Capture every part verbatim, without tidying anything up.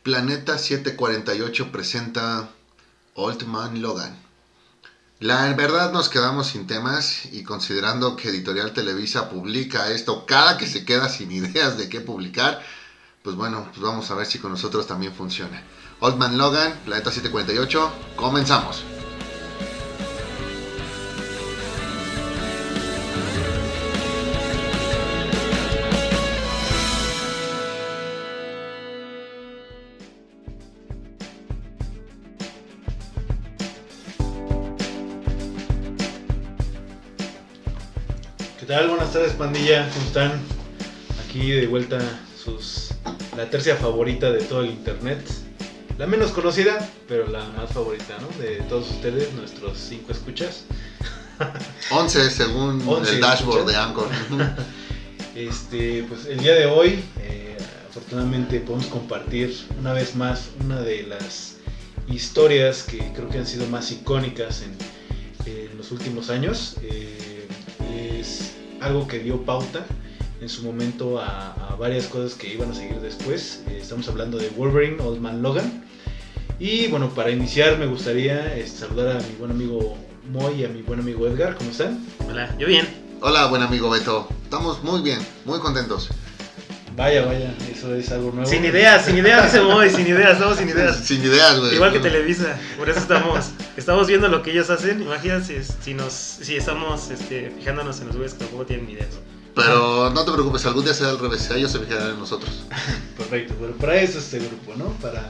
Planeta setecientos cuarenta y ocho presenta Old Man Logan. La verdad nos quedamos sin temas y considerando que Editorial Televisa publica esto cada que se queda sin ideas de qué publicar, pues bueno, pues vamos a ver si con nosotros también funciona. Old Man Logan, Planeta setecientos cuarenta y ocho, comenzamos. ¿Qué tal? Buenas tardes, pandilla, ¿cómo están? Aquí de vuelta sus la tercia favorita de todo el internet. La menos conocida, pero la más favorita, ¿no? De todos ustedes, nuestros cinco escuchas. once según once el dashboard escuchas de Anchor. Este, pues el día de hoy, eh, afortunadamente podemos compartir una vez más una de las historias que creo que han sido más icónicas en, en los últimos años. Eh, es algo que dio pauta en su momento a, a varias cosas que iban a seguir después. Eh, estamos hablando de Wolverine, Old Man Logan. Y bueno, para iniciar me gustaría eh, saludar a mi buen amigo Moy y a mi buen amigo Edgar. ¿Cómo están? Hola, yo bien. Hola, buen amigo Beto. Estamos muy bien, muy contentos. Vaya, vaya, eso es algo nuevo. Sin ideas, sin ideas, dice Moy, sin ideas, estamos sin ideas. Sin ideas, güey. Igual que Televisa, por eso estamos estamos viendo lo que ellos hacen. Imagínate si nos si estamos este, fijándonos en los güeyes que tampoco tienen ideas. Pero no te preocupes, algún día será al revés, ellos se fijarán en nosotros. Perfecto, pero para eso es este grupo, ¿no? Para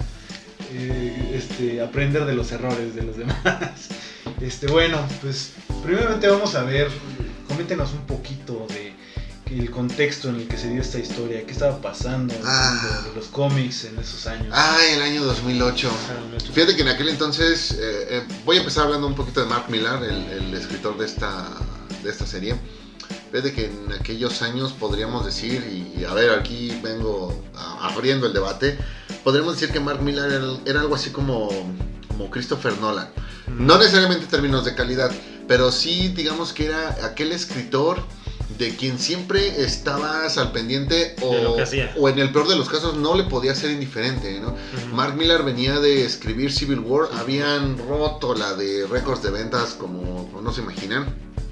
eh, este, aprender de los errores de los demás. Este, bueno, pues primeramente vamos a ver, coméntenos un poquito de el contexto en el que se dio esta historia, qué estaba pasando ah. de, de los cómics en esos años. Ah, el año dos mil ocho. Fíjate que en aquel entonces, eh, eh, voy a empezar hablando un poquito de Mark Millar, el, el escritor de esta, de esta serie. Fíjate que en aquellos años podríamos decir, y, y a ver, aquí vengo a, abriendo el debate, podríamos decir que Mark Millar era, era algo así como, como Christopher Nolan. No necesariamente en términos de calidad, pero sí digamos que era aquel escritor de quien siempre estabas al pendiente o, de lo que hacía. O en el peor de los casos no le podía ser indiferente, ¿no? Uh-huh. Mark Millar venía de escribir Civil War, habían roto la de récords de ventas como, como no se imaginan.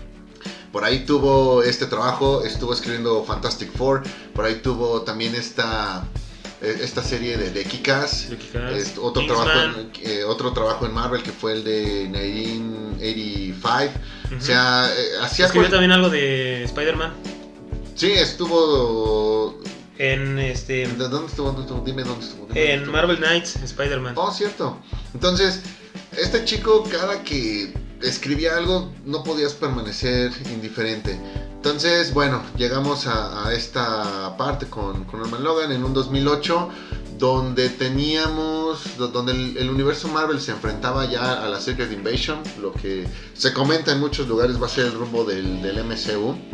Por ahí tuvo este trabajo, estuvo escribiendo Fantastic Four, por ahí tuvo también esta, esta serie de, de Kick-Ass, Kick-Ass. Otro, trabajo en, eh, otro trabajo en Marvel que fue el de mil novecientos ochenta y cinco. Uh-huh. O sea, eh, hacía... Escribió cual... también algo de Spider-Man. Sí, estuvo... En este... ¿De dónde estuvo? ¿Dónde estuvo? Dime dónde estuvo. Dime en dónde estuvo. Marvel Knights, Spider-Man. Oh, cierto. Entonces, este chico cada que escribía algo no podías permanecer indiferente. Entonces, bueno, llegamos a, a esta parte con, con Old Man Logan en un dos mil ocho, donde teníamos, donde el, el universo Marvel se enfrentaba ya a la Secret Invasion, lo que se comenta en muchos lugares va a ser el rumbo del, del M C U. Uh-huh.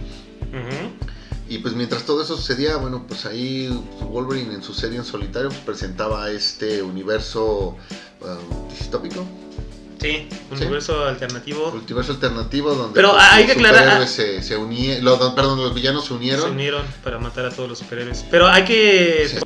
Y pues mientras todo eso sucedía, bueno, pues ahí Wolverine en su serie en solitario pues, presentaba este universo uh, distópico. Sí, un ¿Sí? universo alternativo. Un universo alternativo donde Pero pues, hay los que aclarar, superhéroes se, se unieron, los, perdón, los villanos se unieron. Se unieron para matar a todos los superhéroes. Pero hay que... Sí.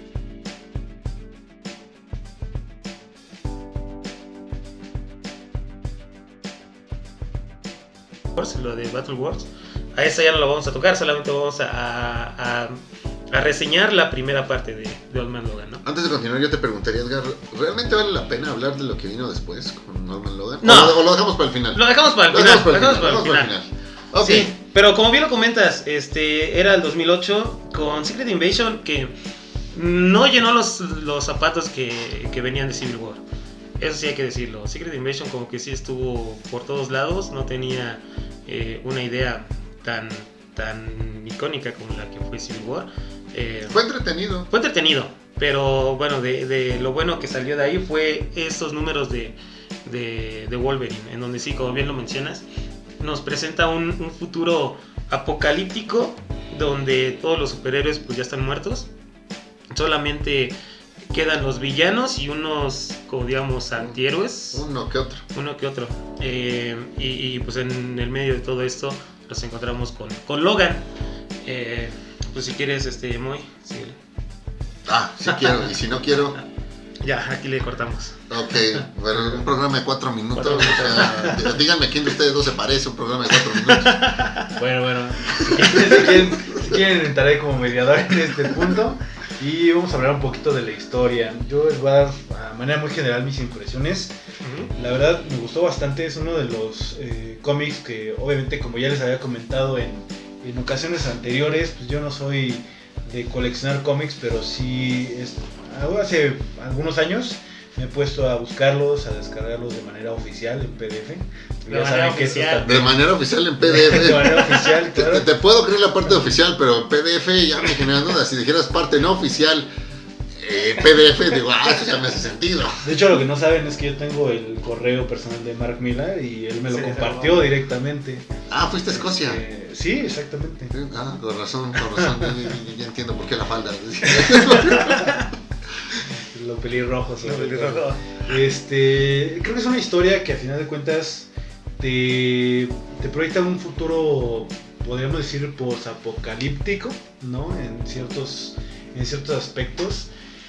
Lo de Battle Wars. A esa ya no lo vamos a tocar, solamente vamos a, a, a reseñar la primera parte de, de Old Man Logan, ¿no? Antes de continuar, yo te preguntaría, Edgar, ¿realmente vale la pena hablar de lo que vino después con Old Man Logan? No. ¿O lo, o lo dejamos para el final? Lo dejamos para el lo final. Dejamos para el lo final. dejamos para el final. final. Okay. Sí, pero como bien lo comentas, este era el dos mil ocho con Secret Invasion que no llenó los, los zapatos que, que venían de Civil War. Eso sí hay que decirlo. Secret Invasion como que sí estuvo por todos lados, no tenía eh, una idea tan, tan icónica como la que fue Civil War. Eh, fue entretenido. Fue entretenido, pero bueno, de, de lo bueno que salió de ahí fue estos números de, de, de Wolverine, en donde sí, como bien lo mencionas, nos presenta un, un futuro apocalíptico donde todos los superhéroes pues ya están muertos. Solamente quedan los villanos y unos, como digamos, antihéroes. Uno que otro. Uno que otro. Eh, y, y pues en el medio de todo esto nos encontramos con, con Logan. Eh, pues si quieres, este, Moy, síguele. Ah, sí quiero. Y si no quiero... Ya, aquí le cortamos. Ok, bueno, un programa de cuatro minutos. O sea, díganme quién de ustedes dos se parece a un programa de cuatro minutos. Bueno, bueno. Si quieren, si quieren entraré como mediador en este punto. Y vamos a hablar un poquito de la historia. Yo les voy a dar a manera muy general mis impresiones. Uh-huh. La verdad me gustó bastante. Es uno de los eh, cómics que obviamente, como ya les había comentado en, en ocasiones anteriores, pues yo no soy de coleccionar cómics, pero sí es, hace algunos años me he puesto a buscarlos, a descargarlos de manera oficial en P D F. De ya manera oficial. De manera oficial en P D F. De manera oficial, claro. Te, te puedo creer la parte oficial, pero P D F ya me genera dudas. Si dijeras parte no oficial, eh, P D F, digo, ah, eso ya me hace sentido. De hecho, lo que no saben es que yo tengo el correo personal de Mark Millar y él me lo sí, compartió no. directamente. Ah, fuiste a Escocia. Eh, sí, exactamente. Ah, con razón, con razón. ya, ya, ya entiendo por qué la falda. Lo pelirrojo, lo pelirrojo. Este, creo que es una historia que a final de cuentas te, te proyecta un futuro, podríamos decir, posapocalíptico, ¿no? En ciertos, en ciertos aspectos.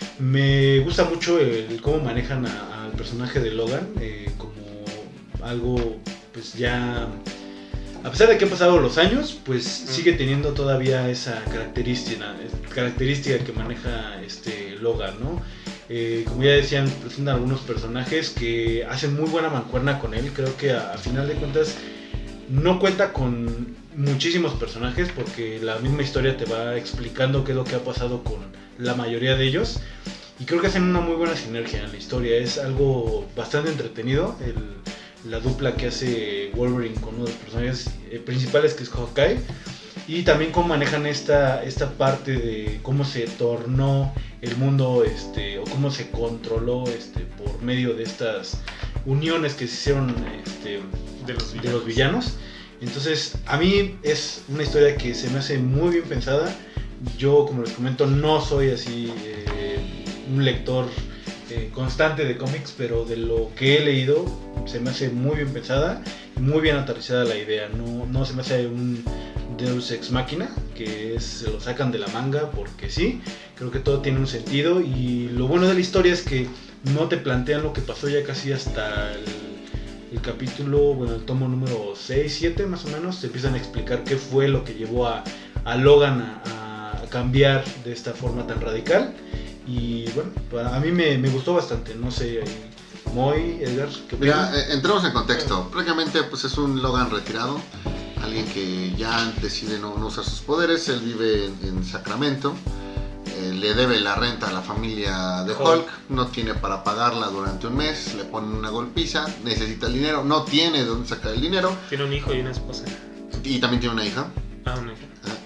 Me gusta mucho el cómo manejan a, al personaje de Logan, eh, como algo, pues ya, a pesar de que han pasado los años, pues sigue teniendo todavía esa característica, característica que maneja este Logan, ¿no? Eh, como ya decían, presentan algunos personajes que hacen muy buena mancuerna con él. Creo que a, a final de cuentas no cuenta con muchísimos personajes porque la misma historia te va explicando qué es lo que ha pasado con la mayoría de ellos. Y creo que hacen una muy buena sinergia en la historia. Es algo bastante entretenido el, la dupla que hace Wolverine con uno de los personajes eh, principales, que es Hawkeye. Y también cómo manejan esta, esta parte de cómo se tornó el mundo, este, o cómo se controló este, por medio de estas uniones que se hicieron este, de, los de los villanos. Entonces, a mí es una historia que se me hace muy bien pensada. Yo, como les comento, no soy así eh, un lector eh, constante de cómics, pero de lo que he leído se me hace muy bien pensada y muy bien aterrizada la idea. No, no se me hace un Deus Ex Machina, que es, se lo sacan de la manga porque sí. Creo que todo tiene un sentido y lo bueno de la historia es que no te plantean lo que pasó ya casi hasta el, el capítulo, bueno, el tomo número seis, siete más o menos. Te empiezan a explicar qué fue lo que llevó a, a Logan a, a cambiar de esta forma tan radical. Y bueno, a mí me, me gustó bastante. No sé, Moy, Edgar, ¿qué opinas? Mira, eh, entramos en contexto. Prácticamente pues es un Logan retirado, alguien que ya decide no, no usar sus poderes. Él vive en, en Sacramento. Eh, le debe la renta a la familia de Hulk. Hulk, no tiene para pagarla durante un mes, le ponen una golpiza, necesita el dinero, no tiene de dónde sacar el dinero. Tiene un hijo y una esposa. Y también tiene una hija. Ah, una hija.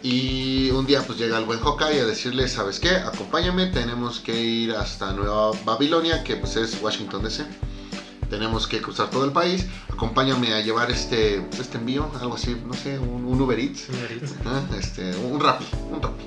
Y un día pues llega el buen Hawkeye a decirle, ¿sabes qué? Acompáñame, tenemos que ir hasta Nueva Babilonia, que pues es Washington D C. Tenemos que cruzar todo el país, acompáñame a llevar este, este envío, algo así, no sé, un, un Uber Eats, Uber Eats. ¿eh? este, un Rappi, un Rappi.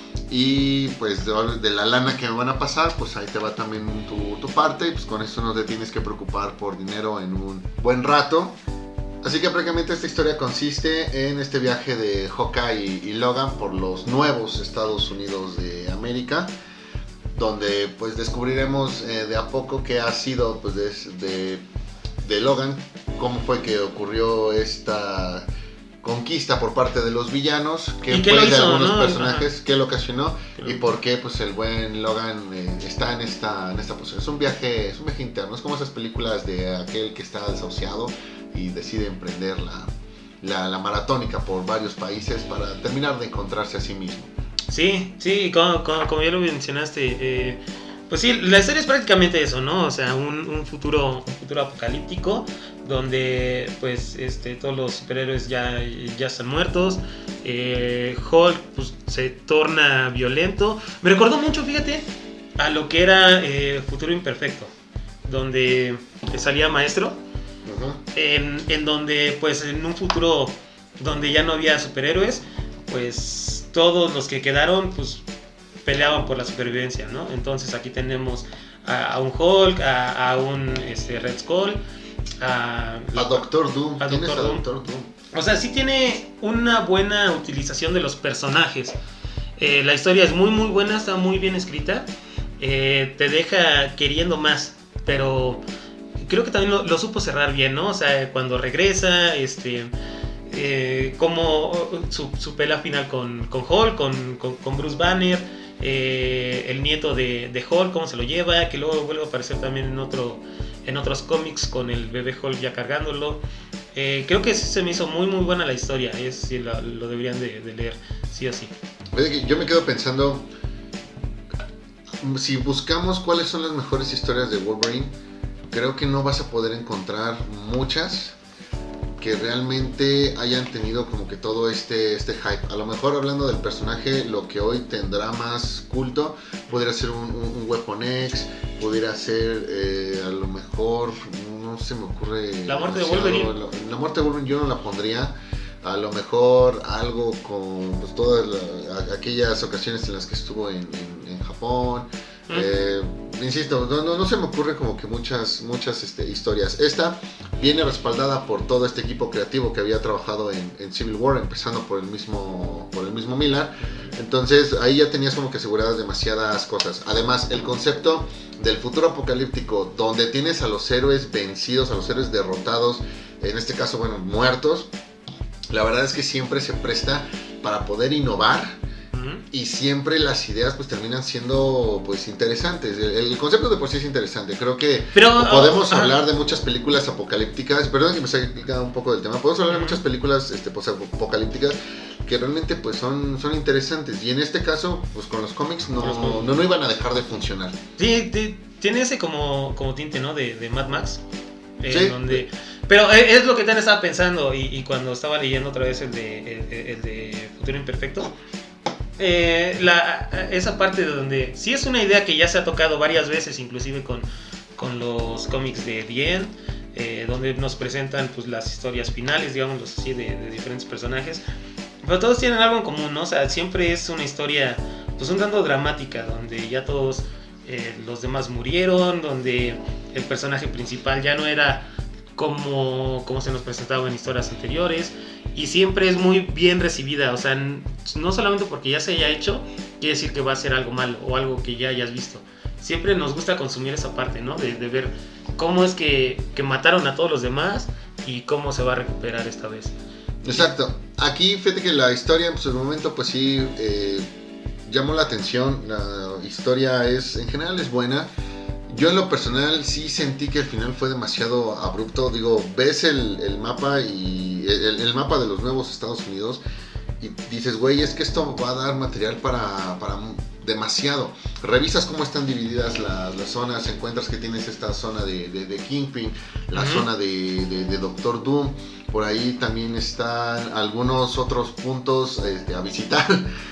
Y pues de, de la lana que me van a pasar, pues ahí te va también tu, tu parte, y pues con eso no te tienes que preocupar por dinero en un buen rato. Así que prácticamente esta historia consiste en este viaje de Hawkeye y, y Logan por los nuevos Estados Unidos de América, donde pues descubriremos eh, de a poco qué ha sido pues de, de, de Logan, cómo fue que ocurrió esta conquista por parte de los villanos, qué ¿Y qué fue lo de hizo, algunos no? personajes, Ajá. qué lo ocasionó ¿Qué y lo... por qué pues el buen Logan eh, está en esta, en esta posición. Es un viaje, es un viaje interno, es como esas películas de aquel que está desahuciado y decide emprender la, la, la maratónica por varios países para terminar de encontrarse a sí mismo. Sí, sí, como, como, como ya lo mencionaste, eh, pues sí, la historia es prácticamente eso, ¿no? O sea, un, un futuro un futuro apocalíptico donde pues este todos los superhéroes ya, ya están muertos, eh, Hulk pues se torna violento. Me recordó mucho, fíjate, a lo que era eh, Futuro Imperfecto, donde salía Maestro, uh-huh. en, en donde pues en un futuro donde ya no había superhéroes, pues todos los que quedaron pues peleaban por la supervivencia, ¿no? Entonces aquí tenemos a, a un Hulk, a, a un este, Red Skull, a, a Doctor Doom. A ¿Tienes Doctor a Doom? Doctor Doom? O sea, sí tiene una buena utilización de los personajes. Eh, la historia es muy muy buena, está muy bien escrita. eh, te deja queriendo más, pero creo que también lo, lo supo cerrar bien, ¿no? O sea, cuando regresa, este, eh, como su, su pelea final con, con Hulk, con, con, con Bruce Banner, eh, el nieto de, de Hulk, cómo se lo lleva, que luego vuelve a aparecer también en, otro, en otros cómics con el bebé Hulk ya cargándolo. Eh, creo que sí se me hizo muy muy buena la historia, es, sí, lo, lo deberían de, de leer, sí o sí. Yo me quedo pensando, si buscamos cuáles son las mejores historias de Wolverine, creo que no vas a poder encontrar muchas que realmente hayan tenido como que todo este, este hype. A lo mejor hablando del personaje, lo que hoy tendrá más culto pudiera ser un, un, un Weapon X, pudiera ser eh, a lo mejor, no se me ocurre... La muerte de Wolverine. La, la muerte de Wolverine yo no la pondría. A lo mejor algo con pues, todas la, aquellas ocasiones en las que estuvo en, en, en Japón. Mm. Eh, insisto, no, no, no se me ocurre como que muchas, muchas este, historias. Esta viene respaldada por todo este equipo creativo que había trabajado en, en Civil War, empezando por el mismo, por el mismo Miller. Entonces ahí ya tenías como que aseguradas demasiadas cosas. Además, el concepto del futuro apocalíptico, donde tienes a los héroes vencidos, a los héroes derrotados, en este caso, bueno, muertos. La verdad es que siempre se presta para poder innovar uh-huh. y siempre las ideas pues terminan siendo pues interesantes. El, el concepto de por sí es interesante. Creo que Pero, podemos uh, hablar uh-huh. de muchas películas apocalípticas. Perdón que me salga un poco del tema. Podemos hablar uh-huh. de muchas películas este, pues, apocalípticas que realmente pues son, son interesantes. Y en este caso, pues con los cómics no, no, no, no iban a dejar de funcionar. Sí, de, tiene ese como, como tinte, ¿no? De, de Mad Max. Eh, sí. Donde... Pero es lo que también estaba pensando y, y cuando estaba leyendo otra vez el de, el, el de Futuro Imperfecto, eh, la, esa parte de donde sí es una idea que ya se ha tocado varias veces, inclusive con, con los cómics de The End, eh, donde nos presentan pues, las historias finales, digamos así, de, de diferentes personajes, pero todos tienen algo en común, ¿no? O sea, siempre es una historia pues un tanto dramática, donde ya todos eh, los demás murieron, donde el personaje principal ya no era como, como se nos presentaba en historias anteriores, y siempre es muy bien recibida. O sea, no solamente porque ya se haya hecho quiere decir que va a ser algo malo o algo que ya hayas visto. Siempre nos gusta consumir esa parte, ¿no? De, de ver cómo es que, que mataron a todos los demás y cómo se va a recuperar esta vez. Exacto. Aquí fíjate que la historia en su momento pues sí eh, llamó la atención. La historia es en general es buena. Yo en lo personal sí sentí que el final fue demasiado abrupto. Digo, ves el, el mapa y el, el mapa de los nuevos Estados Unidos y dices, güey, es que esto va a dar material para, para demasiado. Revisas cómo están divididas las, las zonas, encuentras que tienes esta zona de, de, de Kingpin, la uh-huh. zona de, de, de Doctor Doom. Por ahí también están algunos otros puntos este, a visitar.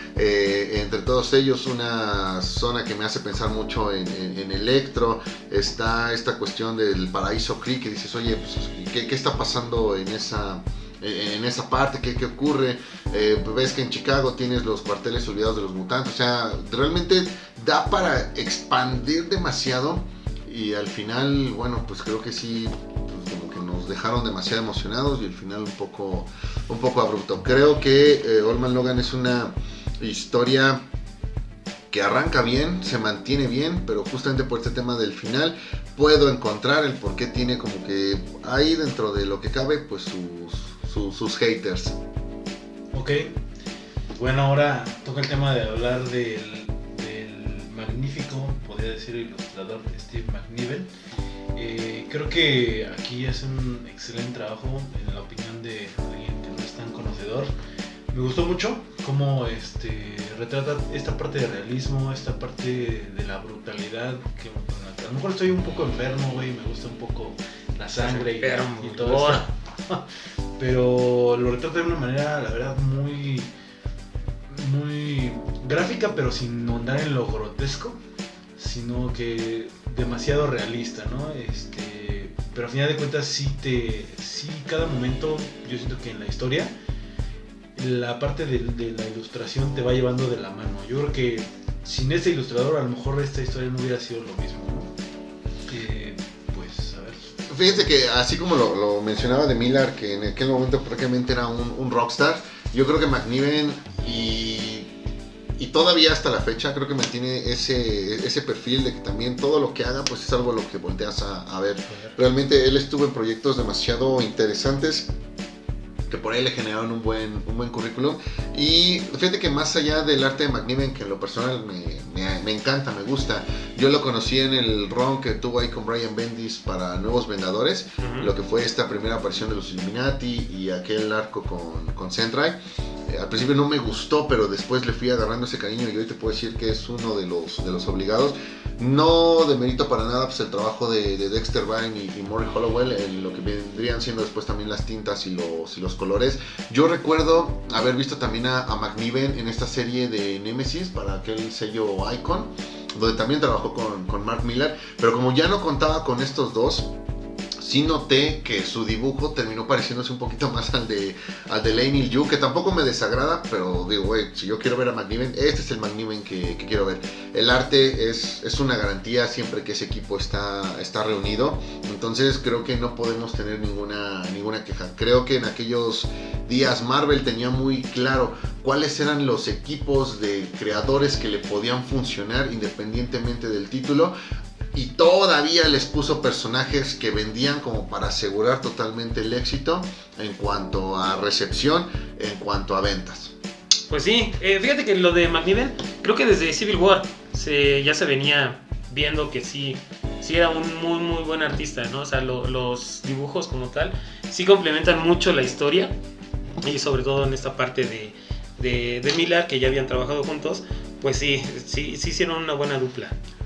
Eh, entre todos ellos una zona que me hace pensar mucho en, en, en Electro. Está esta cuestión del Paraíso Creek, que dices, oye, pues, ¿qué, qué está pasando en esa, en esa parte? ¿Qué, qué ocurre? Eh, ves que en Chicago tienes los cuarteles olvidados de los mutantes. O sea, realmente da para expandir demasiado. Y al final, bueno, pues creo que sí, pues como que nos dejaron demasiado emocionados y el final un poco, un poco abrupto. Creo que eh, Old Man Logan es una historia que arranca bien, se mantiene bien, pero justamente por este tema del final puedo encontrar el por qué tiene como que ahí dentro de lo que cabe pues sus, sus, sus haters. Ok, bueno, ahora toca el tema de hablar del, del magnífico, podría decir, ilustrador Steve McNiven. Eh, creo que aquí hace un excelente trabajo, en la opinión de alguien que no es tan conocedor. Me gustó mucho cómo este, retrata esta parte de realismo, esta parte de la brutalidad, que a lo mejor estoy un poco enfermo, güey, me gusta un poco la sangre y, y todo eso. Pero lo retrata de una manera, la verdad, muy, muy gráfica, pero sin andar en lo grotesco, sino que demasiado realista, ¿no? Este, pero al final de cuentas sí te, sí cada momento, yo siento que en la historia la parte de, de la ilustración te va llevando de la mano. Yo creo que sin este ilustrador a lo mejor esta historia no hubiera sido lo mismo, ¿no? Eh, pues a ver. Fíjense que así como lo, lo mencionaba de Miller, que en aquel momento prácticamente era un, un rockstar, yo creo que McNiven y, y todavía hasta la fecha creo que mantiene ese, ese perfil de que también todo lo que haga pues es algo a lo que volteas a, a ver. Realmente él estuvo en proyectos demasiado interesantes que por ahí le generaron un buen, un buen currículum. Y fíjate que más allá del arte de McNiven, que en lo personal me, me, me encanta, me gusta, yo lo conocí en el run que tuvo ahí con Brian Bendis para Nuevos Vengadores, uh-huh. lo que fue esta primera aparición de los Illuminati y aquel arco con, con Sentry. Eh, al principio no me gustó, pero después le fui agarrando ese cariño y hoy te puedo decir que es uno de los, de los obligados. No demerito para nada pues, el trabajo de, de Dexter Vine y, y Murray Hollowell en lo que vendrían siendo después también las tintas y los, y los colores. Yo recuerdo haber visto también a, a McNiven en esta serie de Nemesis para aquel sello Icon, donde también trabajó con, con Mark Millar, pero como ya no contaba con estos dos, sí noté que su dibujo terminó pareciéndose un poquito más al de, al de Lane Yu, que tampoco me desagrada, pero digo, güey, si yo quiero ver a McNiven, este es el McNiven que, que quiero ver. El arte es, es una garantía siempre que ese equipo está, está reunido, entonces creo que no podemos tener ninguna, ninguna queja. Creo que en aquellos días Marvel tenía muy claro cuáles eran los equipos de creadores que le podían funcionar independientemente del título. Y todavía les puso personajes que vendían como para asegurar totalmente el éxito en cuanto a recepción, en cuanto a ventas. Pues sí, eh, fíjate que lo de McNiven, creo que desde Civil War se, ya se venía viendo que sí, sí era un muy muy buen artista, ¿no? O sea, lo, los dibujos como tal sí complementan mucho la historia y sobre todo en esta parte de, de, de Millar, que ya habían trabajado juntos, pues sí, sí, sí hicieron una buena dupla.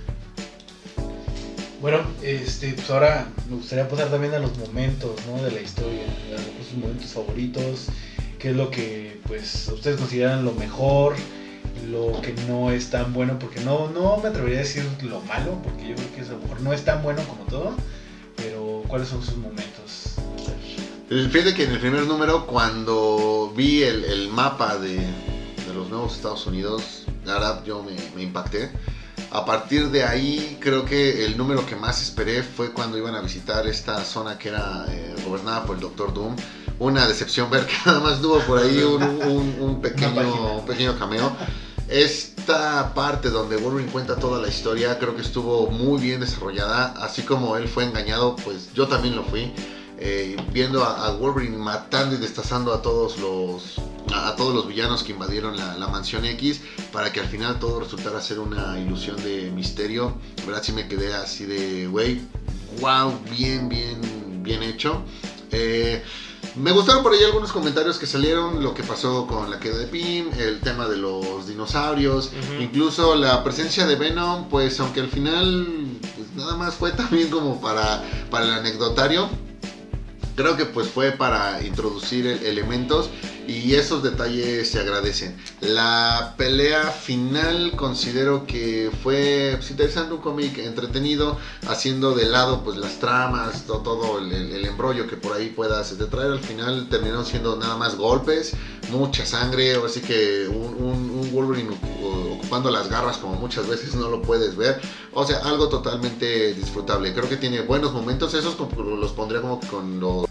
Bueno, este, pues ahora me gustaría pasar también a los momentos, ¿no? De la historia, a sus momentos favoritos, qué es lo que pues ustedes consideran lo mejor, lo que no es tan bueno, porque no, no me atrevería a decir lo malo, porque yo creo que a lo mejor no es tan bueno como todo, pero ¿cuáles son sus momentos? Fíjate que en el primer número, cuando vi el, el mapa de, de los nuevos Estados Unidos, la verdad yo me, me impacté. A partir de ahí, creo que el número que más esperé fue cuando iban a visitar esta zona que era eh, gobernada por el Doctor Doom. Una decepción ver que nada más tuvo por ahí un, un, un, pequeño, un pequeño cameo. Esta parte donde Wolverine cuenta toda la historia creo que estuvo muy bien desarrollada. Así como él fue engañado, pues yo también lo fui. Eh, viendo a, a Wolverine matando y destazando a todos los a, a todos los villanos que invadieron la, la mansión X, para que al final todo resultara ser una ilusión de misterio. La verdad sí me quedé así de güey, wow, bien, bien, bien hecho. Eh, me gustaron por ahí algunos comentarios que salieron, lo que pasó con la queda de Pym, el tema de los dinosaurios, uh-huh. incluso la presencia de Venom, pues aunque al final pues, nada más fue también como para, para el anecdotario. Creo que pues fue para introducir elementos y esos detalles se agradecen. La pelea final considero que fue pues, interesante, un cómic entretenido, haciendo de lado pues las tramas, todo, todo el, el embrollo que por ahí puedas traer. Al final terminaron siendo nada más golpes, mucha sangre, así que un, un, un Wolverine ocupando las garras como muchas veces no lo puedes ver. O sea, algo totalmente disfrutable. Creo que tiene buenos momentos, esos los pondría como que con los...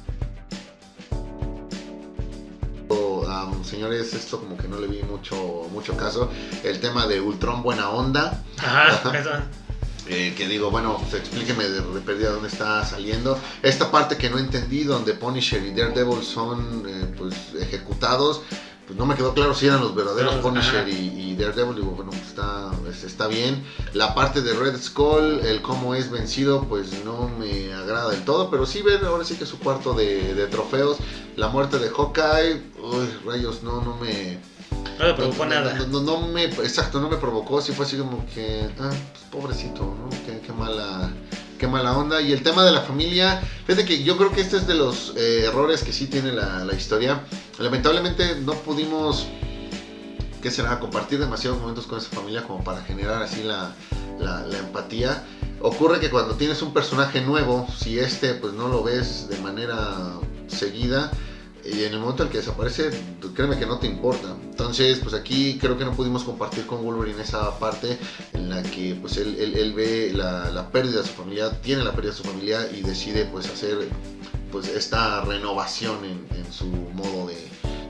Um, señores, esto como que no le vi mucho, mucho caso. El tema de Ultron buena onda. Ajá, eso. Eh, que digo, bueno, pues explíqueme de, de perdida dónde está saliendo. Esta parte que no entendí, donde Punisher y Daredevil son eh, pues ejecutados, pues no me quedó claro si eran los verdaderos Punisher y, y Daredevil. Digo, bueno, pues está, pues está bien. La parte de Red Skull, el cómo es vencido, pues no me agrada del todo, pero sí ver ahora sí que su cuarto de, de trofeos. La muerte de Hawkeye, uy, rayos, no, no me... No me provocó no, nada. No, no, no me, exacto, no me provocó, sí fue así como que, ah, pues pobrecito, ¿no? Qué, qué mala... Qué mala onda. Y el tema de la familia, fíjate que yo creo que este es de los eh, errores que sí tiene la, la historia. Lamentablemente no pudimos, ¿qué será?, compartir demasiados momentos con esa familia como para generar así la, la, la empatía. Ocurre que cuando tienes un personaje nuevo, si este pues no lo ves de manera seguida, y en el momento en el que desaparece, créeme que no te importa. Entonces, pues aquí creo que no pudimos compartir con Wolverine esa parte en la que pues él, él, él ve la, la pérdida de su familia, tiene la pérdida de su familia y decide pues hacer pues esta renovación en, en su modo de,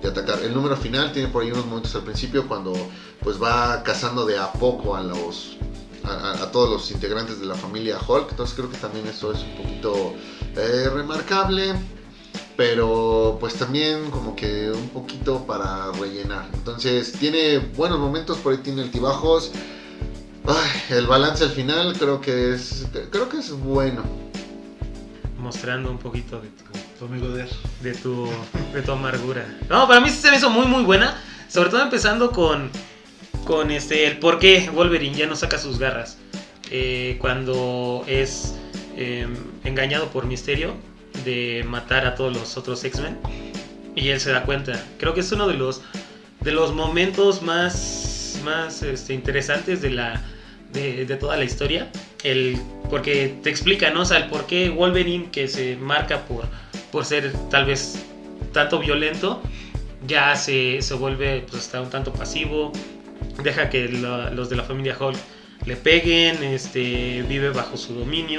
de atacar. El número final tiene por ahí unos momentos al principio cuando pues va cazando de a poco a los a, a todos los integrantes de la familia Hulk, entonces creo que también eso es un poquito eh, remarcable, pero pues también como que un poquito para rellenar. Entonces tiene buenos momentos, por ahí tiene altibajos. Ay, el balance al final creo que es creo que es bueno, mostrando un poquito de tu, tu amigo Der. de tu de tu amargura. No, para mí sí se me hizo muy muy buena, sobre todo empezando con con este el por qué Wolverine ya no saca sus garras eh, cuando es eh, engañado por Misterio de matar a todos los otros X-Men y él se da cuenta. Creo que es uno de los de los momentos más más este, interesantes de la de, de toda la historia, el porque te explica, ¿no? O sea, el por qué Wolverine, que se marca por por ser tal vez tanto violento, ya se, se vuelve pues hasta un tanto pasivo, deja que la, los de la familia Hulk le peguen, este vive bajo su dominio.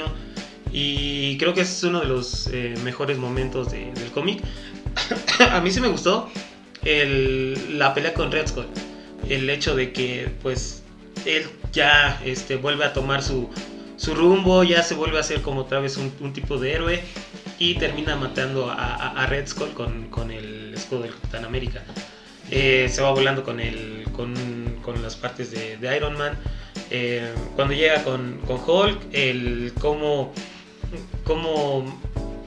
Y creo que ese es uno de los eh, mejores momentos de, del cómic. A mí sí me gustó el, la pelea con Red Skull. El hecho de que pues él ya este, vuelve a tomar su, su rumbo, ya se vuelve a hacer como otra vez un, un tipo de héroe y termina matando a, a, a Red Skull con, con el escudo del Capitán América. Eh, se va volando con, el, con, con las partes de, de Iron Man. Eh, cuando llega con, con Hulk, el cómo... como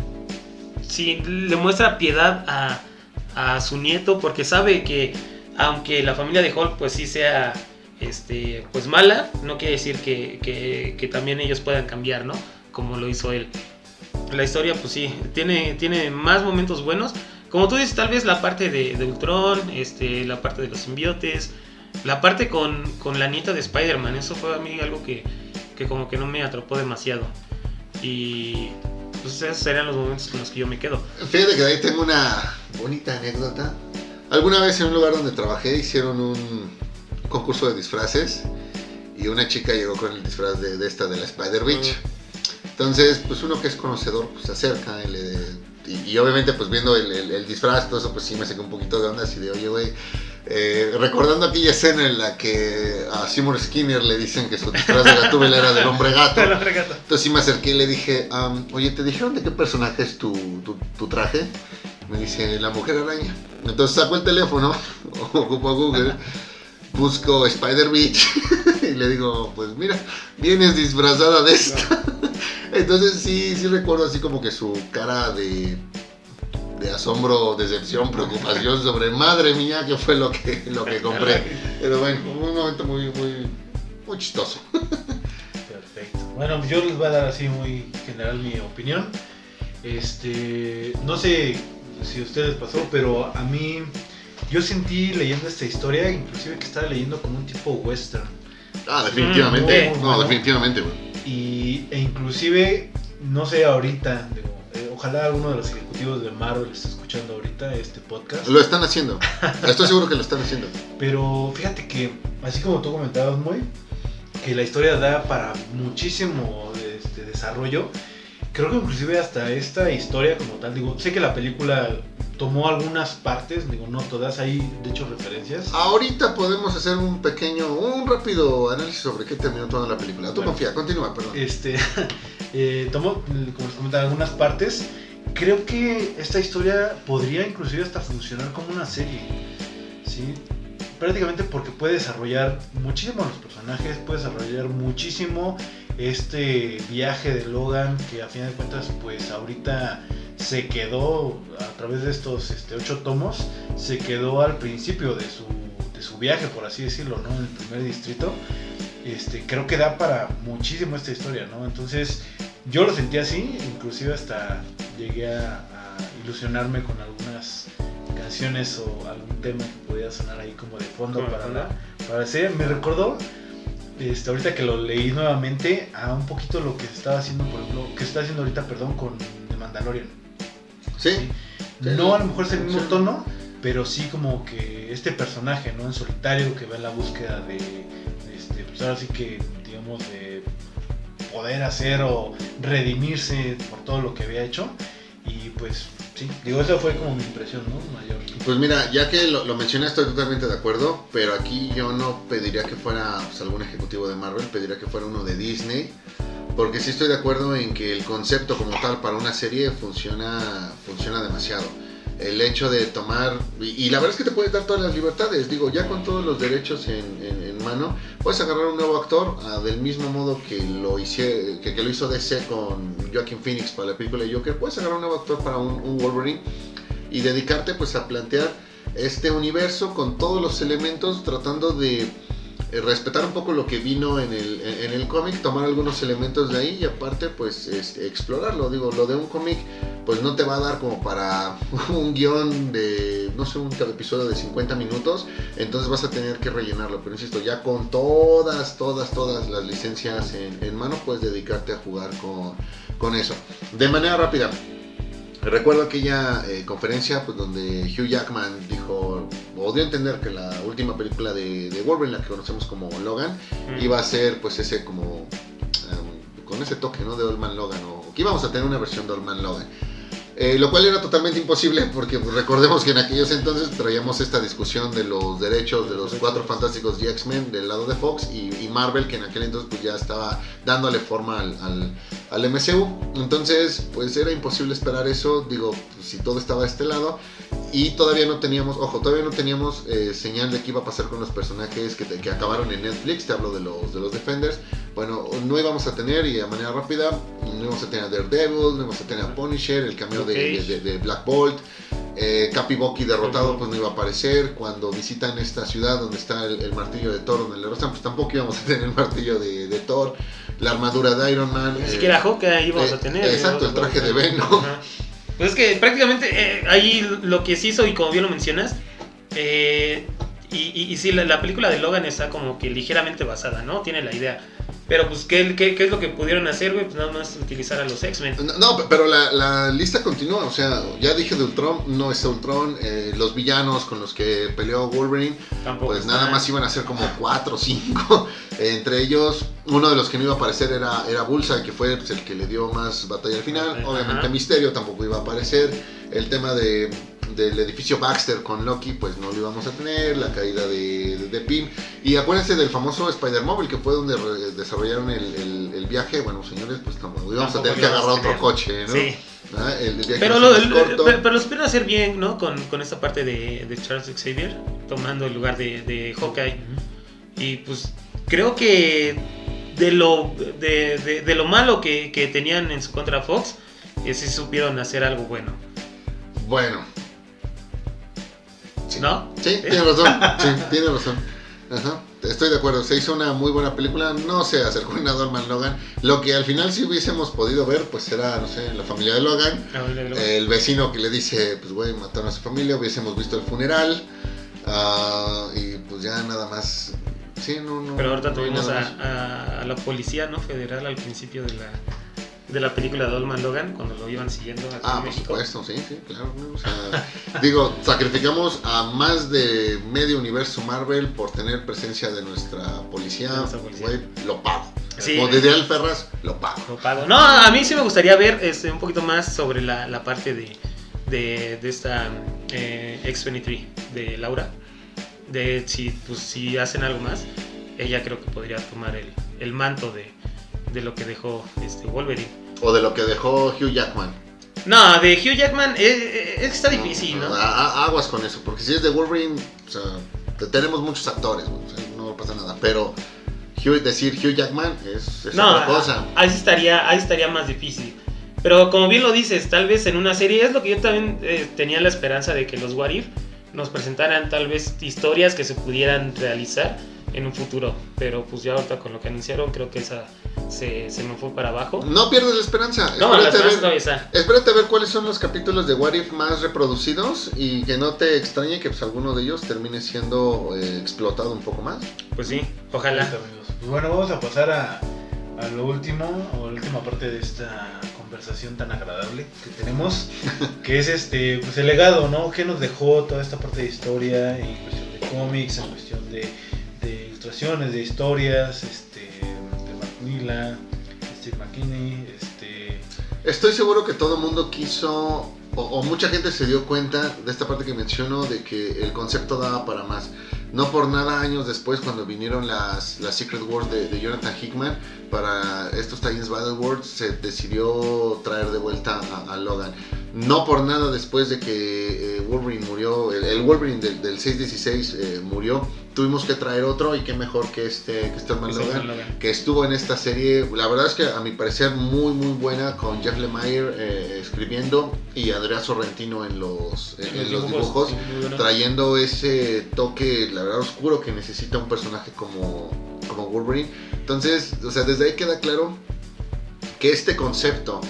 si le muestra piedad a, a su nieto, porque sabe que aunque la familia de Hulk pues sí sea este pues mala, no quiere decir que, que, que también ellos puedan cambiar, ¿no? Como lo hizo él. La historia pues sí tiene, tiene más momentos buenos, como tú dices, tal vez la parte de, de Ultron, este, la parte de los simbiotes, la parte con, con la nieta de Spider-Man. Eso fue a mí algo que, que como que no me atrapó demasiado. Y pues esos serían los momentos con los que yo me quedo. Fíjate que ahí tengo una bonita anécdota. Alguna vez en un lugar donde trabajé hicieron un concurso de disfraces y una chica llegó con el disfraz de, de esta de la Spider-Bitch. Entonces pues uno que es conocedor pues se acerca y, le, y, y obviamente pues viendo el, el, el disfraz, todo eso pues sí me saqué un poquito de onda, así de oye güey, eh, recordando aquella escena en la que a Seymour Skinner le dicen que su disfraz de Gatúbela era del hombre gato. Entonces sí me acerqué y le dije, um, oye, ¿te dijeron de qué personaje es tu, tu, tu traje? Me dice, la Mujer Araña. Entonces saco el teléfono, ocupo Google, busco Spider-Bitch y le digo, pues mira, vienes disfrazada de esta. Entonces sí, sí recuerdo así como que su cara de, de asombro, decepción, preocupación sobre madre mía, que fue lo que, lo que compré. Pero bueno, un momento muy, muy, muy chistoso. Perfecto. Bueno, yo les voy a dar así muy general mi opinión. Este, no sé si a ustedes pasó, pero a mí yo sentí leyendo esta historia, inclusive que estaba leyendo como un tipo western. Ah, definitivamente. Mm, no, bueno. definitivamente, güey. Y, e inclusive, no sé ahorita, digo, eh, ojalá alguno de los ejecutivos de Marvel esté escuchando ahorita este podcast. Lo están haciendo. Estoy seguro que lo están haciendo. Pero fíjate que, así como tú comentabas, Moy, que la historia da para muchísimo este, desarrollo. Creo que inclusive hasta esta historia como tal, digo, sé que la película tomó algunas partes, digo, no todas, hay de hecho referencias. Ahorita podemos hacer un pequeño, un rápido análisis sobre qué terminó toda la película. Tú bueno, confía, continúa, perdón. Este, eh, tomó, como les comentaba, algunas partes. Creo que esta historia podría inclusive hasta funcionar como una serie, ¿sí? Prácticamente porque puede desarrollar muchísimo a los personajes, puede desarrollar muchísimo este viaje de Logan, que a fin de cuentas pues ahorita se quedó a través de estos este, ocho tomos, se quedó al principio de su, de su viaje, por así decirlo, ¿no? En el primer distrito. Este, creo que da para muchísimo esta historia, ¿no? Entonces yo lo sentí así, inclusive hasta llegué a, a ilusionarme con algunas canciones o algún tema que podía sonar ahí como de fondo para la, para la serie. Me recordó Este, ahorita que lo leí nuevamente a un poquito lo que se estaba haciendo, por ejemplo, que se está haciendo ahorita, perdón, con The Mandalorian. Sí. ¿Sí? No a lo mejor es el mismo tono, pero sí como que este personaje, ¿no? En solitario, que va en la búsqueda de, de este, pues ahora sí que, digamos, de poder hacer o redimirse por todo lo que había hecho. Y pues sí, digo, esa fue como mi impresión, ¿no? Mayor. Pues mira, ya que lo, lo mencioné, estoy totalmente de acuerdo, pero aquí yo no pediría que fuera pues, algún ejecutivo de Marvel, pediría que fuera uno de Disney, porque sí estoy de acuerdo en que el concepto como tal para una serie funciona, funciona demasiado. El hecho de tomar, y, y la verdad es que te puedes dar todas las libertades, digo, ya con todos los derechos en, en, en mano, puedes agarrar un nuevo actor uh, del mismo modo que lo, hice, que, que lo hizo D C con Joaquin Phoenix para la película de Joker, puedes agarrar un nuevo actor para un, un Wolverine y dedicarte pues a plantear este universo con todos los elementos, tratando de eh, respetar un poco lo que vino en el, en, en el cómic, tomar algunos elementos de ahí y aparte pues este, explorarlo. Digo, lo de un cómic pues no te va a dar como para un guión de, no sé, un cada episodio de cincuenta minutos, entonces vas a tener que rellenarlo, pero insisto, ya con todas, todas, todas las licencias en, en mano puedes dedicarte a jugar con, con eso. De manera rápida, recuerdo aquella eh, conferencia pues, donde Hugh Jackman dijo, o dio a entender que la última película de, de Wolverine, la que conocemos como Logan, mm. iba a ser pues ese como, um, con ese toque, ¿no? De Old Man Logan, o que íbamos a tener una versión de Old Man Logan. Eh, lo cual era totalmente imposible porque pues, recordemos que en aquellos entonces traíamos esta discusión de los derechos de los Cuatro Fantásticos y X-Men del lado de Fox y, y Marvel, que en aquel entonces pues, ya estaba dándole forma al, al, al M C U. Entonces pues era imposible esperar eso, digo, pues, si todo estaba de este lado. Y todavía no teníamos, ojo, todavía no teníamos eh, señal de qué iba a pasar con los personajes que, que acabaron en Netflix, te hablo de los, de los Defenders. Bueno, no íbamos a tener, y de manera rápida, no íbamos a tener a Daredevil, no íbamos a tener a Punisher, el cameo okay. de, de, de Black Bolt, eh, Cap y Bucky derrotado, uh-huh. pues no iba a aparecer. Cuando visitan esta ciudad donde está el, el martillo de Thor, donde le rozan, pues tampoco íbamos a tener el martillo de, de Thor, la armadura de Iron Man. Ni eh, siquiera Hawkeye íbamos eh, a tener. Exacto, el traje de Venom. Uh-huh. Pues es que prácticamente eh, ahí lo que se hizo, y como bien lo mencionas, eh, y, y, y sí, la, la película de Logan está como que ligeramente basada, ¿no? Tiene la idea. Pero pues, ¿qué, qué, qué es lo que pudieron hacer, güey? Pues nada más utilizar a los X-Men. No, no, pero la, la lista continúa, o sea, ya dije de Ultron, no es Ultron, eh, los villanos con los que peleó Wolverine, tampoco pues nada más iban a ser como cuatro o cinco. Entre ellos, uno de los que no iba a aparecer era, era Bullseye, que fue pues, el que le dio más batalla al final. Ajá. Obviamente Misterio tampoco iba a aparecer. El tema de, del edificio Baxter con Loki, pues no lo íbamos a tener. La caída de, de, de Pym. Y acuérdense del famoso Spider-Mobile, que fue donde re, desarrollaron el, el, el viaje. Bueno, señores, pues tampoco íbamos tampoco a tener que agarrar otro tener. coche, ¿no? Sí. ¿Ah? El, el pero, lo, el, pero, pero lo supieron hacer bien, ¿no? Con, con esta parte de, de Charles Xavier, tomando el lugar de, de Hawkeye. Uh-huh. Y pues creo que de lo, de, de, de lo malo que, que tenían en su contra Fox, eh, sí supieron hacer algo bueno. Bueno. Sí. ¿No? Sí, tiene razón. Sí, tiene razón. Ajá. Estoy de acuerdo. Se hizo una muy buena película. No se acercó a Old Man Logan. Lo que al final sí hubiésemos podido ver, pues era, no sé, la familia de Logan. Logan. El vecino que le dice, pues güey, mataron a su familia. Hubiésemos visto el funeral. Uh, y pues ya nada más. Sí, no, no. Pero ahorita tuvimos no a, a, a la policía, ¿no? Federal al principio de la de la película de Old Man Logan, cuando lo iban siguiendo aquí ah, en México. Por supuesto, sí, sí, claro. O sea, digo, sacrificamos a más de medio universo Marvel por tener presencia de nuestra policía. policía. Güey, lo pago. Sí, como diría el Ferraz, lo pago. Lo pago. No, a mí sí me gustaría ver este, un poquito más sobre la, la parte de, de, de esta eh, X veintitrés de Laura. De si, pues, si hacen algo más, ella creo que podría tomar el, el manto de, de lo que dejó este Wolverine. O de lo que dejó Hugh Jackman. No, de Hugh Jackman es, es, está difícil, ¿no? ¿no? A, aguas con eso, porque si es de Wolverine, o sea, tenemos muchos actores, o sea, no pasa nada, pero Hugh, decir Hugh Jackman es, es no, otra cosa. Ahí estaría, ahí estaría más difícil. Pero como bien lo dices, tal vez en una serie, es lo que yo también eh, tenía la esperanza de que los What If nos presentaran tal vez historias que se pudieran realizar en un futuro, pero pues ya ahorita con lo que anunciaron creo que esa se, se me fue para abajo. No pierdes la esperanza. No, espérate, la esperanza a ver, todavía está. Espérate a ver cuáles son los capítulos de What If más reproducidos y que no te extrañe que pues alguno de ellos termine siendo eh, explotado un poco más. Pues sí, ojalá. Sí, amigos. Pues bueno, vamos a pasar a, a lo último, o la última parte de esta conversación tan agradable que tenemos, que es este, pues el legado, ¿no? ¿Qué nos dejó toda esta parte de historia en cuestión de cómics, en cuestión de, de ilustraciones, de historias, este, de Mark Millar, Steve McKinney, este... Estoy seguro que todo el mundo quiso o, o mucha gente se dio cuenta de esta parte que menciono, de que el concepto daba para más. No por nada, años después, cuando vinieron las, las Secret Wars de, de Jonathan Hickman para estos Titans Battle Worlds, se decidió traer de vuelta a, a Logan. No por nada, después de que eh, Wolverine murió, el, el Wolverine del, del seis dieciséis eh, murió, tuvimos que traer otro, y qué mejor que este, que este Norman Logan, Logan, que estuvo en esta serie. La verdad es que a mi parecer muy muy buena, con Jeff Lemire eh, escribiendo y Andrea Sorrentino en los, en, en los dibujos, dibujos trayendo ese toque, la verdad, oscuro que necesita un personaje como, como Wolverine. Entonces, o sea, desde ahí queda claro que este concepto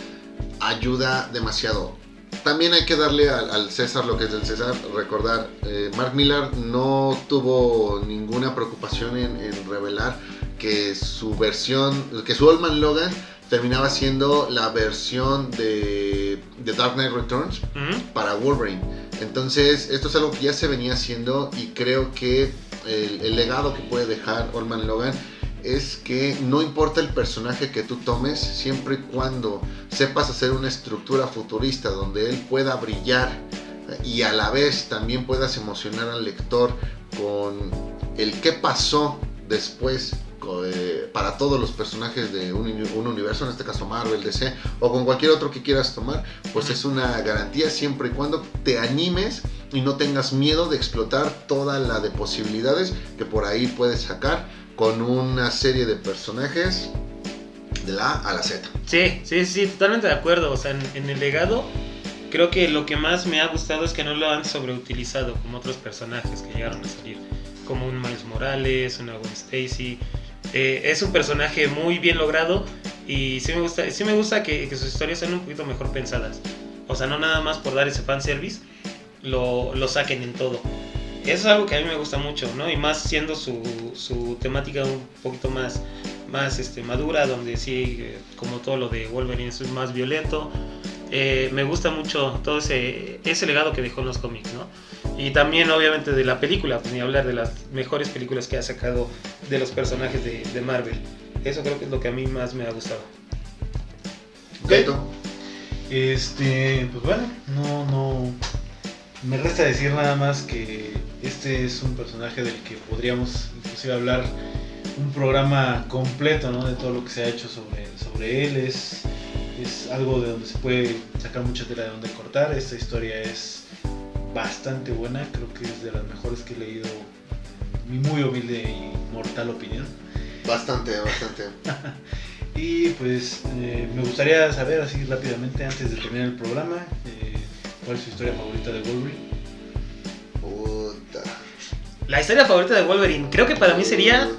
ayuda demasiado. También hay que darle al, al César lo que es del César. Recordar, eh, Mark Millar no tuvo ninguna preocupación en, en revelar que su versión, que su Old Man Logan terminaba siendo la versión de, de Dark Knight Returns uh-huh. para Wolverine. Entonces, esto es algo que ya se venía haciendo, y creo que el, el legado que puede dejar Old Man Logan es que no importa el personaje que tú tomes, siempre y cuando sepas hacer una estructura futurista donde él pueda brillar y a la vez también puedas emocionar al lector con el qué pasó después eh, para todos los personajes de un, un universo, en este caso Marvel, D C o con cualquier otro que quieras tomar, pues es una garantía, siempre y cuando te animes y no tengas miedo de explotar toda la de posibilidades que por ahí puedes sacar con una serie de personajes de la A a la Z. Sí, sí, sí, totalmente de acuerdo. O sea, en, en el legado, creo que lo que más me ha gustado es que no lo han sobreutilizado como otros personajes que llegaron a salir, como un Miles Morales, una Gwen Stacy. Eh, es un personaje muy bien logrado, y sí me gusta, sí me gusta que, que sus historias sean un poquito mejor pensadas. O sea, no nada más por dar ese fanservice, lo, lo saquen en todo. Eso es algo que a mí me gusta mucho, ¿no? Y más siendo su, su temática un poquito más, más este, madura, donde sí, eh, como todo lo de Wolverine es más violento. Eh, me gusta mucho todo ese, ese legado que dejó en los cómics, ¿no? Y también, obviamente, de la película, pues ni hablar de las mejores películas que ha sacado de los personajes de, de Marvel. Eso creo que es lo que a mí más me ha gustado. Okay. Este, pues bueno, no, no... Me resta decir nada más que este es un personaje del que podríamos inclusive hablar un programa completo, ¿no? De todo lo que se ha hecho sobre, sobre él. Es, es algo de donde se puede sacar mucha tela de donde cortar. Esta historia es bastante buena, creo que es de las mejores que he leído, mi muy humilde y mortal opinión. Bastante, bastante. Y pues eh, me gustaría saber así rápidamente, antes de terminar el programa, eh, ¿cuál es su historia favorita de Wolverine? Puta. La historia favorita de Wolverine, creo que para mí sería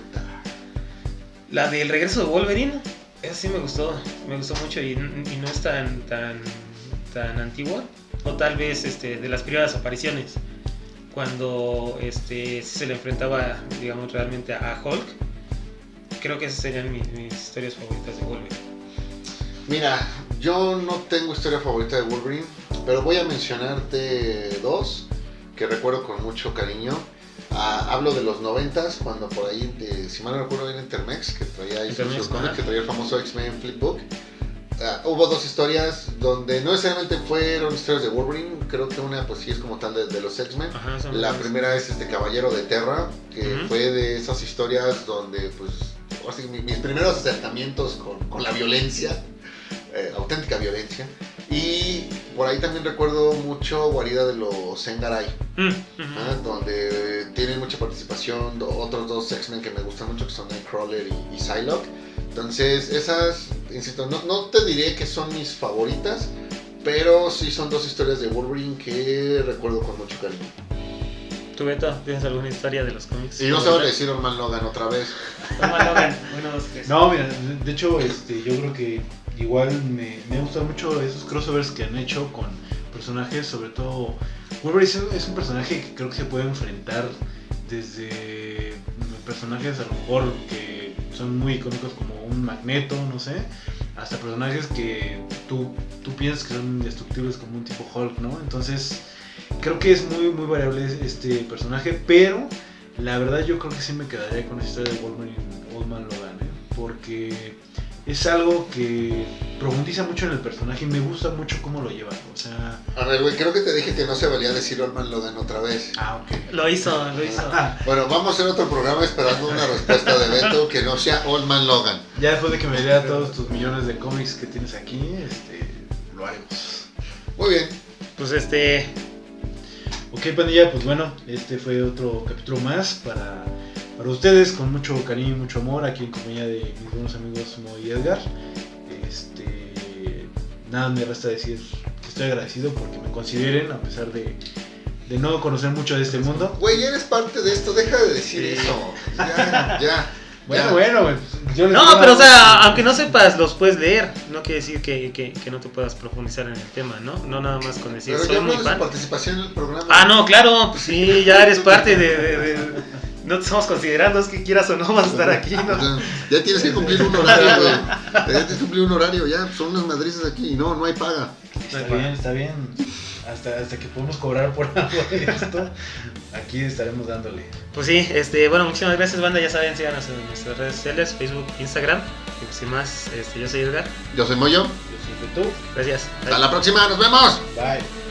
la del regreso de Wolverine. Esa sí me gustó, me gustó mucho, y, y no es tan, tan, tan antigua. O tal vez este, de las primeras apariciones, cuando este, se le enfrentaba, digamos, realmente a Hulk. Creo que esas serían mis, mis historias favoritas de Wolverine. Mira, yo no tengo historia favorita de Wolverine, pero voy a mencionarte dos que recuerdo con mucho cariño. Uh, hablo de los noventas, cuando por ahí, de, si mal no recuerdo, era Intermex, que traía, Intermex, sus cómics, que traía el famoso X-Men Flipbook. Uh, hubo dos historias donde no necesariamente fueron historias de Wolverine, creo que una pues sí es como tal de, de los X-Men. Ajá, la primera es este Caballero de Terra, que uh-huh. fue de esas historias donde pues así, mis primeros acercamientos con, con la violencia, eh, auténtica violencia. Y por ahí también recuerdo mucho Guarida de los Zengaray, uh-huh. ¿eh? donde tienen mucha participación do, otros dos X-Men que me gustan mucho, que son Nightcrawler y, y Psylocke. Entonces esas, insisto, no, no te diré que son mis favoritas, pero sí son dos historias de Wolverine que recuerdo con mucho cariño. ¿Tú, Beto, tienes alguna historia de los cómics? Y no se va a decir Norman Logan otra vez. Norman Logan, uno, dos, tres. No, mira, de hecho este, yo creo que igual me, me gustan mucho esos crossovers que han hecho con personajes, sobre todo Wolverine es un personaje que creo que se puede enfrentar desde personajes a lo mejor que son muy icónicos como un Magneto, no sé, hasta personajes que tú, tú piensas que son indestructibles como un tipo Hulk, ¿no? Entonces creo que es muy muy variable este personaje, pero la verdad yo creo que sí me quedaría con la historia de Wolverine Old Man Logan, ¿eh? Porque es algo que profundiza mucho en el personaje y me gusta mucho cómo lo llevan. O sea... A ver, güey, creo que te dije que no se valía decir Old Man Logan otra vez. Ah, ok. Lo hizo, lo hizo. Bueno, vamos a hacer otro programa esperando una respuesta de Beto que no sea Old Man Logan. Ya después de que me lea todos tus millones de cómics que tienes aquí, este, lo haremos. Muy bien. Pues este... Ok, pandilla, pues bueno, este fue otro capítulo más para, para ustedes, con mucho cariño y mucho amor, aquí en compañía de mis buenos amigos Mo y Edgar. Este, nada me resta decir que estoy agradecido porque me consideren, a pesar de, de no conocer mucho de este mundo. Güey, eres parte de esto, deja de decir Sí. eso. Ya, ya. Bueno, ya. bueno, pues, yo les No, digo pero o nada sea, más. aunque no sepas, los puedes leer. No quiere decir que, que, que no te puedas profundizar en el tema, ¿no? No nada más con decir Pero soy ya hablo muy de su fan. participación en el programa. Ah, no, claro, pues sí, ya eres parte de, de- de- No te estamos considerando, es que quieras o no vas a estar aquí, O ¿no? sea, ya tienes que cumplir un horario, güey. Ya tienes que cumplir un horario, ya. Son unas madrizas aquí y no, no hay paga. Está bien, está bien. Hasta, hasta que podemos cobrar por algo de esto, aquí estaremos dándole. Pues sí, este, bueno, muchísimas gracias, banda. Ya saben, síganos en nuestras redes sociales, Facebook, Instagram. Y pues, sin más, este, yo soy Edgar. Yo soy Moyo. Yo soy Beto. Gracias. Bye. Hasta la próxima, nos vemos. Bye.